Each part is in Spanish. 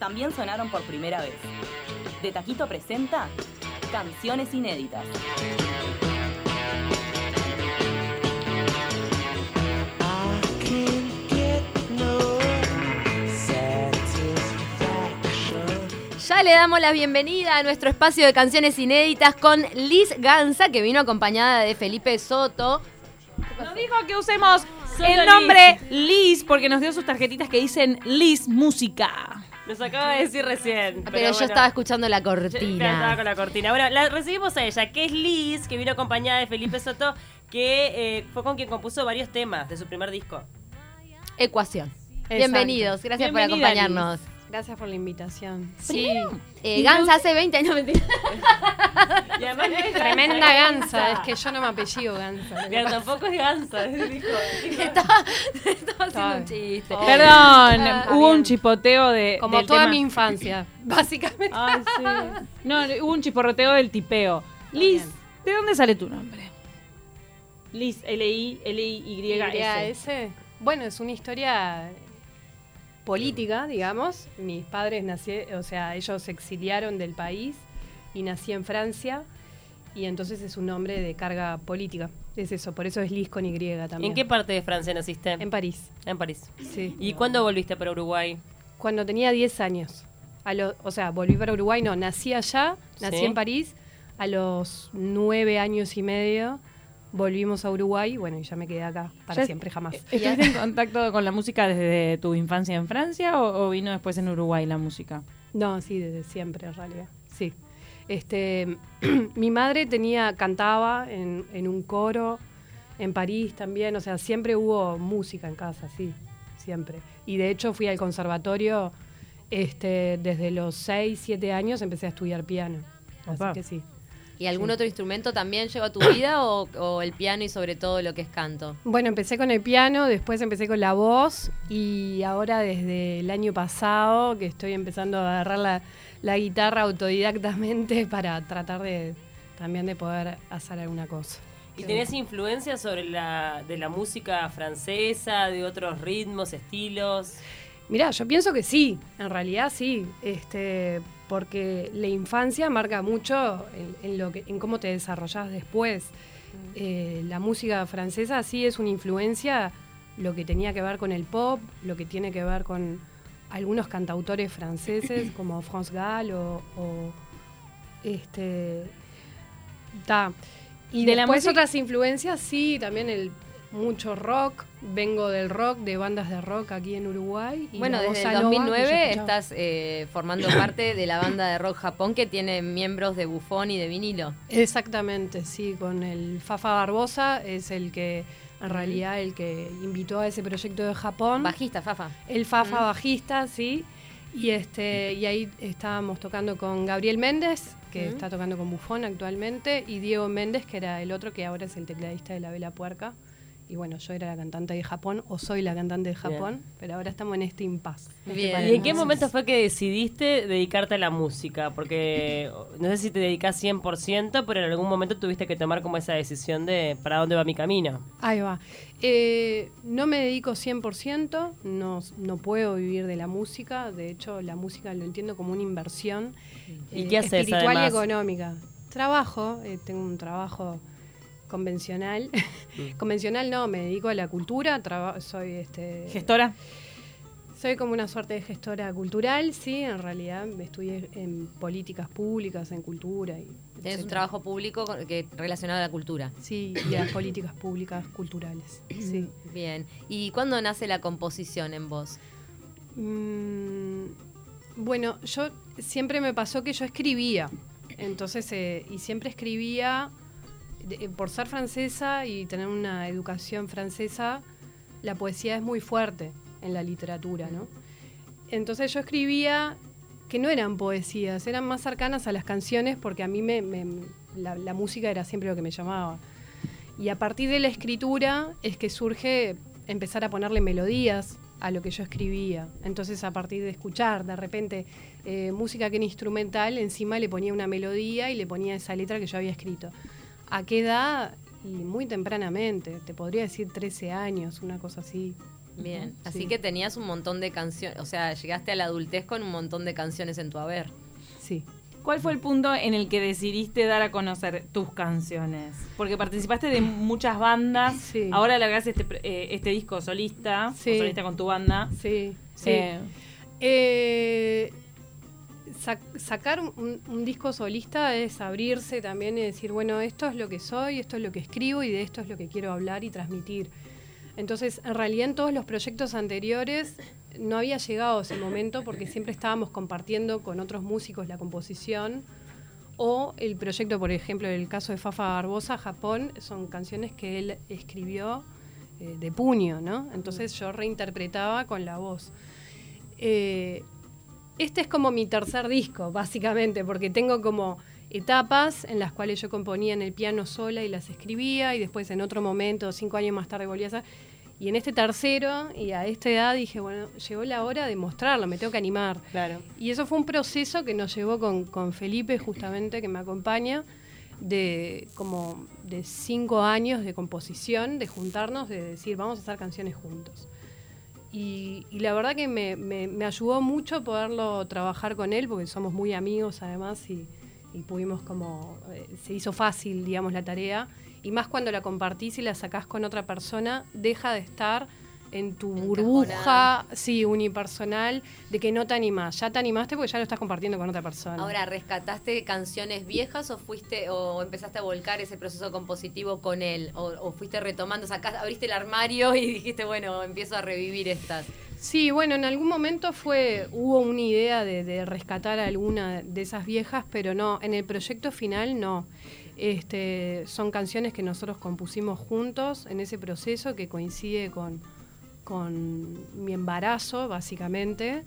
también sonaron por primera vez. De Taquito presenta Canciones Inéditas. Ya le damos la bienvenida a nuestro espacio de canciones inéditas con Liz Ganza, que vino acompañada de Felipe Soto. Nos dijo que usemos el nombre Liz porque nos dio sus tarjetitas que dicen Liz Música. Nos acaba de decir recién. Pero yo bueno, estaba escuchando la cortina. Yo estaba con la cortina. Bueno, la recibimos a ella, que es Liz, que vino acompañada de Felipe Soto, que fue con quien compuso varios temas de su primer disco. Ecuación. Exacto. Bienvenidos, gracias por Bienvenida, acompañarnos. Gracias por la invitación. Sí. Ganza hace 20 años, mentira. Y además Tremenda Ganza, es que yo no me apellido Ganza. Pero tampoco es Ganza, dijo. Estaba haciendo un chiste. Oh. Perdón, Está hubo un bien. chipoteo de Como del toda tema. mi infancia, básicamente. Ay, sí. No, hubo un chiporroteo del tipeo. Liz, bien. ¿de dónde sale tu nombre? Liz, L-I-Y-S. YS. Bueno, es una historia política, digamos. Mis padres ellos se exiliaron del país y nací en Francia y entonces es un nombre de carga política. Es eso, por eso es Liz con Y también. ¿En qué parte de Francia naciste? En París, En París. sí. ¿Y cuándo volviste para Uruguay? Cuando tenía 10 años. Volví para Uruguay, no, nací allá, nací Sí. en París. A los 9 años y medio volvimos a Uruguay, bueno, y ya me quedé acá para Ya- siempre, jamás. ¿Estuviste en contacto con la música desde tu infancia en Francia o vino después en Uruguay la música? No, sí, desde siempre en realidad, sí. Mi madre cantaba en un coro en París también, o sea, siempre hubo música en casa, sí, siempre. Y de hecho fui al conservatorio desde los 6, 7 años empecé a estudiar piano, Opa. así que sí. ¿Y algún otro instrumento también llegó a tu vida o el piano y sobre todo lo que es canto? Bueno, empecé con el piano, después empecé con la voz y ahora desde el año pasado que estoy empezando a agarrar la guitarra autodidactamente para tratar también de poder hacer alguna cosa. ¿Y tenés influencia de la música francesa, de otros ritmos, estilos? Mirá, yo pienso que sí, en realidad sí, porque la infancia marca mucho en cómo te desarrollás después. La música francesa sí es una influencia, lo que tenía que ver con el pop, lo que tiene que ver con algunos cantautores franceses como France Gall y De la después música- otras influencias, sí, también mucho rock. Vengo del rock, de bandas de rock aquí en Uruguay. Y Bueno, la desde bossa el nova que yo 2009 escuchaba. estás formando parte de la banda de rock Japón que tiene miembros de bufón y de vinilo. Exactamente, sí, con el Fafa Barbosa, es el que, en realidad, el que invitó a ese proyecto de Japón. Bajista, Fafa. El Fafa bajista, sí. Y ahí estábamos tocando con Gabriel Méndez, que está tocando con Bufón actualmente, y Diego Méndez, que era el otro que ahora es el tecladista de La Vela Puerca. Y bueno, yo era la cantante de Japón, o soy la cantante de Japón, pero ahora estamos en este impasse. Bien. ¿Y en qué momento fue que decidiste dedicarte a la música? Porque no sé si te dedicás 100%, pero en algún momento tuviste que tomar como esa decisión de para dónde va mi camino. Ahí va. No me dedico 100%, no puedo vivir de la música. De hecho, la música lo entiendo como una inversión ¿Y qué haces, espiritual además? y económica. Trabajo, tengo un trabajo convencional. Convencional no, me dedico a la cultura. Soy ¿Gestora? soy como una suerte de gestora cultural, sí. En realidad estudié en políticas públicas, en cultura. Tenés un etcétera. trabajo público relacionado a la cultura. Sí, y a las políticas públicas culturales. Sí. Bien. ¿Y cuándo nace la composición en vos? Bueno, yo siempre me pasó que yo escribía, entonces, y siempre escribía, por ser francesa y tener una educación francesa, la poesía es muy fuerte en la literatura, ¿no? Entonces yo escribía que no eran poesías, eran más cercanas a las canciones porque a mí la música era siempre lo que me llamaba. Y a partir de la escritura es que surge empezar a ponerle melodías a lo que yo escribía. Entonces, a partir de escuchar de repente música que era instrumental, encima le ponía una melodía y le ponía esa letra que yo había escrito. ¿A qué edad? Y muy tempranamente, te podría decir 13 años, una cosa así. Bien, así Sí. que tenías un montón de canciones, o sea, llegaste a la adultez con un montón de canciones en tu haber. Sí. ¿Cuál fue el punto en el que decidiste dar a conocer tus canciones? Porque participaste de muchas bandas. Sí. Ahora largás este disco solista, Sí. o solista con tu banda. Sí, sí. Sacar un disco solista es abrirse también y decir, bueno, esto es lo que soy, esto es lo que escribo y de esto es lo que quiero hablar y transmitir. Entonces, en realidad en todos los proyectos anteriores no había llegado ese momento porque siempre estábamos compartiendo con otros músicos la composición o el proyecto, por ejemplo, en el caso de Fafa Barbosa, Japón, son canciones que él escribió de puño, ¿no? Entonces yo reinterpretaba con la voz. Este es como mi tercer disco, básicamente, porque tengo como etapas en las cuales yo componía en el piano sola y las escribía, y después en otro momento, 5 años más tarde, volví a hacer. Y en este tercero, y a esta edad, dije, bueno, llegó la hora de mostrarlo, me tengo que animar. Claro. Y eso fue un proceso que nos llevó con Felipe, justamente, que me acompaña, de 5 años de composición, de juntarnos, de decir, vamos a hacer canciones juntos. Y la verdad que me ayudó mucho poderlo trabajar con él, porque somos muy amigos además, y pudimos se hizo fácil, digamos, la tarea. Y más cuando la compartís y la sacás con otra persona, deja de estar en tu burbuja, sí, unipersonal, de que no te animás. Ya te animaste porque ya lo estás compartiendo con otra persona. Ahora, ¿rescataste canciones viejas o empezaste a volcar ese proceso compositivo con él? ¿O fuiste retomando, abriste el armario y dijiste, bueno, empiezo a revivir estas? Sí, bueno, en algún momento hubo una idea de rescatar alguna de esas viejas, pero no, en el proyecto final no. Son canciones que nosotros compusimos juntos en ese proceso que coincide con mi embarazo, básicamente.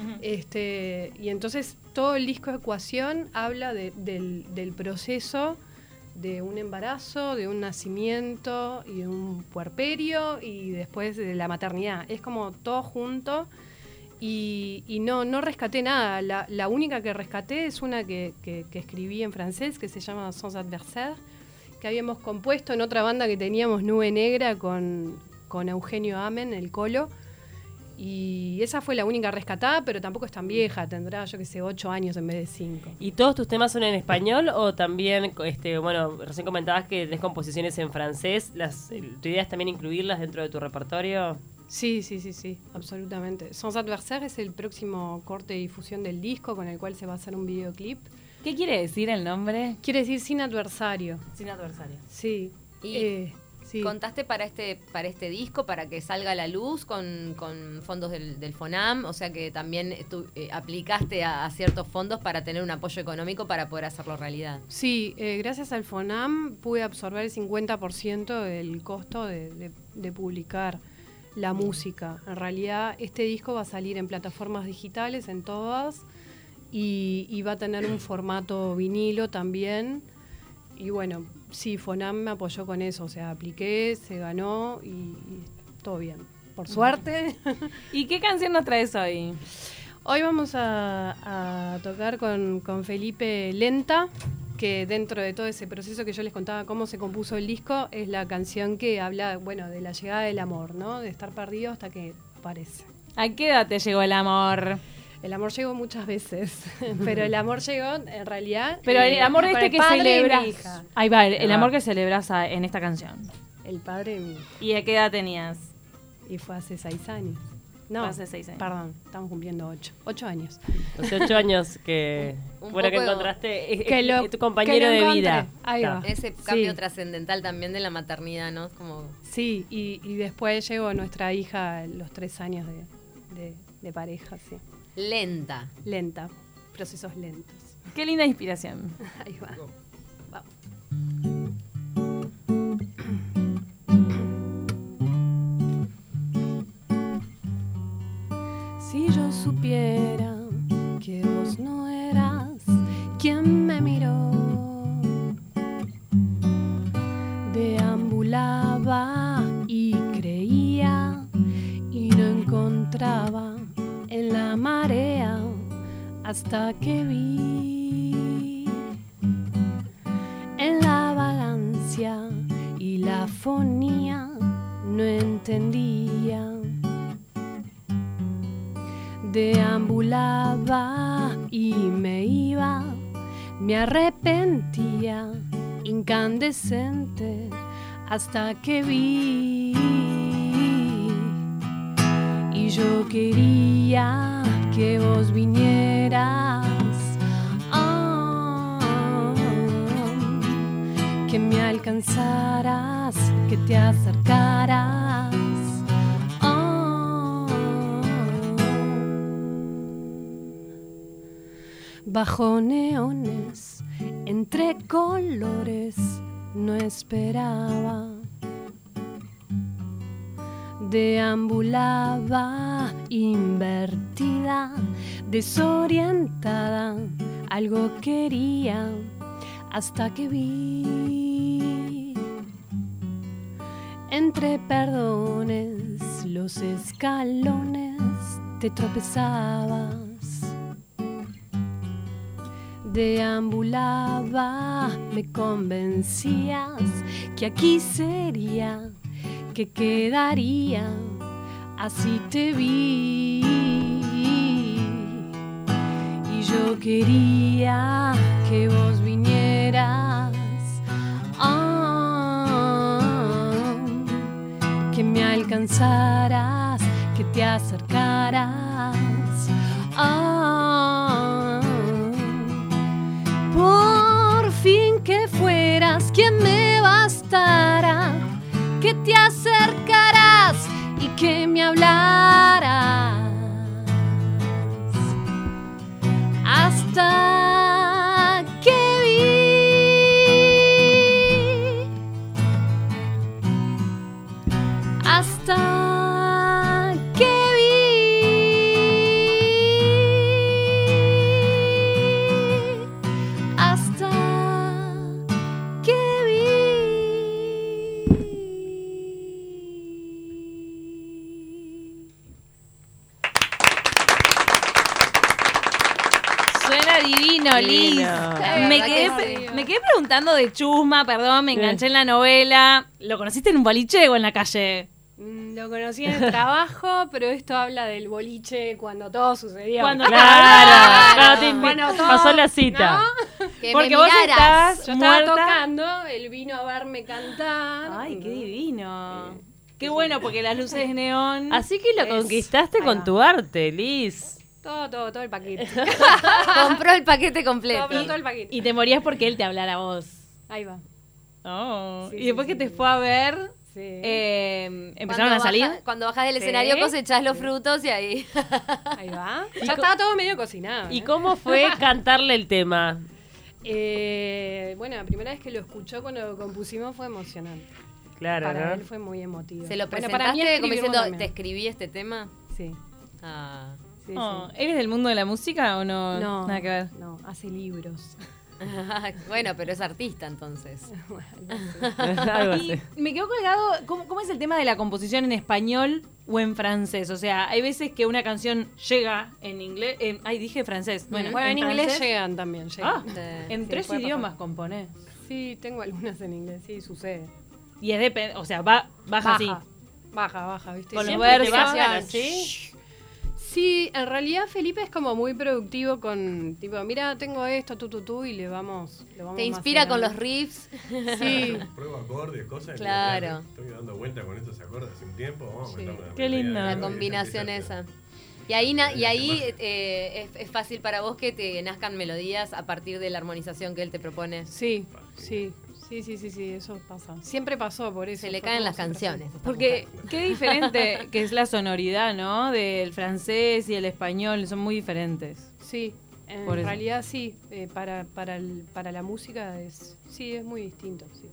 Y entonces todo el disco de Ecuación habla del proceso de un embarazo, de un nacimiento y de un puerperio y después de la maternidad. Es como todo junto y no rescaté nada. La única que rescaté es una que escribí en francés que se llama Sans Adversaire, que habíamos compuesto en otra banda que teníamos, Nube Negra, con Eugenio Amen, el Colo. Y esa fue la única rescatada, pero tampoco es tan vieja, tendrá, yo que sé, 8 años en vez de 5. ¿Y todos tus temas son en español o también, bueno, recién comentabas que tenés composiciones en francés, ¿tu idea es también incluirlas dentro de tu repertorio? Sí, absolutamente. Sans Adversaire es el próximo corte de difusión del disco con el cual se va a hacer un videoclip. ¿Qué quiere decir el nombre? Quiere decir sin adversario. Sin adversario. Sí. Y sí. ¿contaste para este disco, para que salga a la luz con fondos del FONAM? O sea que también aplicaste a ciertos fondos para tener un apoyo económico para poder hacerlo realidad. Sí, gracias al FONAM pude absorber el 50% del costo de publicar la música. En realidad este disco va a salir en plataformas digitales, en todas, y va a tener un formato vinilo también. Y bueno, sí, FONAM me apoyó con eso, o sea, apliqué, se ganó y todo bien, por suerte. ¿Y qué canción nos traes hoy? Hoy vamos a tocar con Felipe Lenta, que dentro de todo ese proceso que yo les contaba cómo se compuso el disco, es la canción que habla, bueno, de la llegada del amor, ¿no? De estar perdido hasta que aparece. ¿A qué edad te llegó el amor? El amor llegó muchas veces, pero el amor llegó en realidad... Pero el amor con el que padre de mi celebras. hija. Ahí va, el amor que celebras en esta canción. El padre de mi hija. ¿Y a qué edad tenías? Y fue hace 6 años. No, Fue hace 6 años. Perdón, estamos cumpliendo 8. 8 años. Hace 8 años que, Un bueno, que poco- encontraste tu compañero que lo de encontré. vida. Ahí va. Ese cambio Sí. trascendental también de la maternidad, ¿no? Como Sí, y después llegó nuestra hija los 3 años de pareja, sí. lenta. Lenta, procesos lentos. Qué linda inspiración. Ahí va. Vamos. Si yo supiera que vos no eras quien me miró, deambulaba y creía y no encontraba en la marea hasta que vi en la vagancia y la fonía no entendía Deambulaba y me iba, me arrepentía, incandescente, hasta que vi. Y yo quería que vos vinieras, que me alcanzaras, que te acercaras. Bajo neones, entre colores, no esperaba. Deambulaba, invertida, desorientada, algo quería, hasta que vi. Entre perdones, los escalones, te tropezabas. Deambulaba, me convencías que aquí sería, que quedaría, así te vi. Y yo quería que vos vinieras, que me alcanzaras, que te acercaras. Por fin que fueras quien me bastara, que te acercaras y que me hablaras, hasta que vi, hasta que divino, Liz. Me quedé preguntando de Chusma, perdón, me enganché en la novela. ¿Lo conociste en un boliche o en la calle? Lo conocí en el trabajo, pero esto habla del boliche cuando todo sucedió. Claro, pasó la cita. ¿No? Que porque me vos miraras. estás Yo estaba muerta. tocando, él vino a verme cantar. Ay, qué divino. Qué bueno, porque las luces de neón. Así que lo Es- conquistaste ahí con va. tu arte, Liz. Todo el paquete. Compró el paquete completo. todo el paquete. Y te morías porque él te hablara a vos. Ahí va. Oh. Sí, Y después sí, que te sí. fue a ver, Sí. empezaron a salir. Cuando bajás del Sí. escenario cosechás los frutos y ahí. Ahí va. Ya estaba todo medio cocinado. ¿Y cómo fue cantarle el tema? Bueno, la primera vez que lo escuchó cuando lo compusimos fue emocionante. Claro, Para ¿no? él fue muy emotivo. ¿Se lo Bueno, presentaste como escribirlo diciendo, también. te escribí este tema? Sí, Ah. sí, Oh, sí. ¿Eres del mundo de la música o no? No, Nada que ver. no, hace libros. Bueno, pero es artista entonces. Algo Y así. me quedo colgado, ¿cómo es el tema de la composición en español o en francés? O sea, hay veces que una canción llega en inglés, dije francés. Bueno, Bueno, en inglés francés. llegan también. Ah, Llegan. en Sí, 3 puede pasar. idiomas componés. Sí, tengo algunas en inglés, sí, sucede. Y es o sea, baja así. Baja, ¿viste? Con los Siempre versos. te ¿Bajan bajan. así? Sí, en realidad Felipe es como muy productivo con, tipo, mira, tengo esto, tú, y le vamos Te inspira con los macerando. riffs. Sí, Pruebo acordes, cosas. Claro. Estoy dando vuelta con estos acordes hace un tiempo. Vamos Sí. a meterle una Qué melodía lindo. de La algo y combinación empieza a esa. hacer. Y ahí es fácil para vos que te nazcan melodías a partir de la armonización que él te propone. sí, eso pasa. Siempre pasó por eso. Se le fue caen como las siempre canciones. fue. esta Porque mujer. qué diferente que es la sonoridad, ¿no? Del francés y el español, son muy diferentes. Sí, en Por eso. realidad sí, para la música es muy distinto, sí.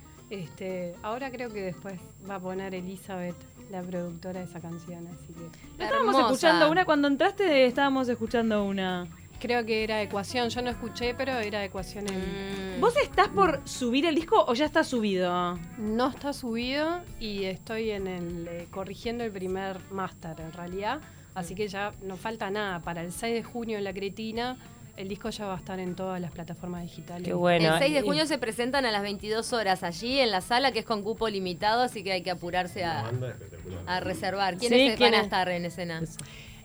Ahora creo que después va a poner Elizabeth, la productora de esa canción, así que Estábamos Hermosa. escuchando una, cuando entraste estábamos escuchando una. creo que era Ecuación, yo no escuché, pero era Ecuación en... ¿Vos estás por subir el disco o ya está subido? No está subido y estoy en el corrigiendo el primer máster en realidad, así que ya no falta nada. Para el 6 de junio en La Cretina, el disco ya va a estar en todas las plataformas digitales. Qué bueno. El 6 de junio se presentan a las 22 horas allí en la sala, que es con cupo limitado, así que hay que apurarse Una a banda espectacular. reservar. Sí, ¿Quiénes van ¿quiénes? a estar en escena?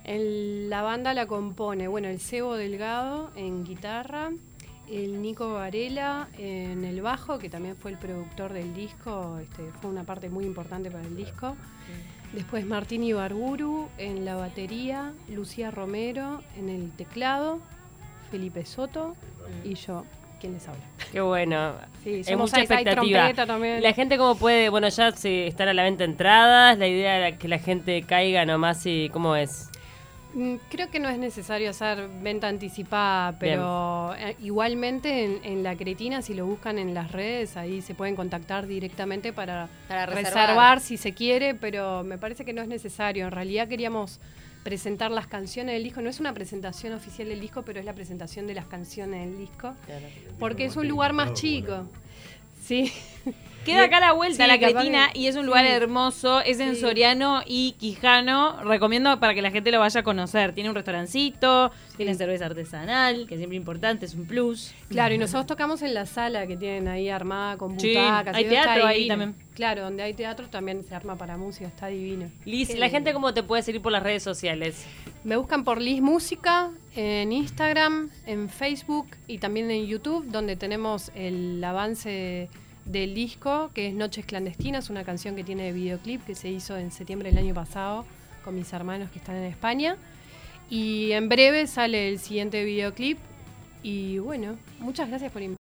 La banda la compone, bueno, el Sebo Delgado en guitarra, el Nico Varela en el bajo, que también fue el productor del disco, fue una parte muy importante para el disco. Después Martín Ibarburu en la batería, Lucía Romero en el teclado, Felipe Soto y yo, quien les habla. Qué bueno. Sí, Hay somos mucha seis, hay expectativa. trompeta también. La gente cómo puede, bueno, ya se están a la venta entradas, la idea era que la gente caiga nomás y ¿cómo es? Creo que no es necesario hacer venta anticipada, pero igualmente en La Cretina, si lo buscan en las redes, ahí se pueden contactar directamente para reservar si se quiere, pero me parece que no es necesario. En realidad queríamos presentar las canciones del disco. No es una presentación oficial del disco, pero es la presentación de las canciones del disco, porque es un lugar más chico. Sí. Queda acá a la vuelta, Sí, La capaz Cretina, que- y es un lugar sí. hermoso, es en Sí. Soriano y Quijano. Recomiendo para que la gente lo vaya a conocer. Tiene un restaurancito, tiene cerveza artesanal, que es siempre importante, es un plus. Claro, y nosotros tocamos en la sala que tienen ahí armada con Sí, butacas. hay y todo, está teatro ahí divino. también. Claro, donde hay teatro también se arma para música, está divino. Liz, Qué la lindo. gente cómo te puede seguir por las redes sociales. Me buscan por Liz Música en Instagram, en Facebook y también en YouTube, donde tenemos el avance del disco, que es Noches Clandestinas, una canción que tiene videoclip que se hizo en septiembre del año pasado con mis hermanos que están en España. Y en breve sale el siguiente videoclip. Y bueno, muchas gracias por invitarme.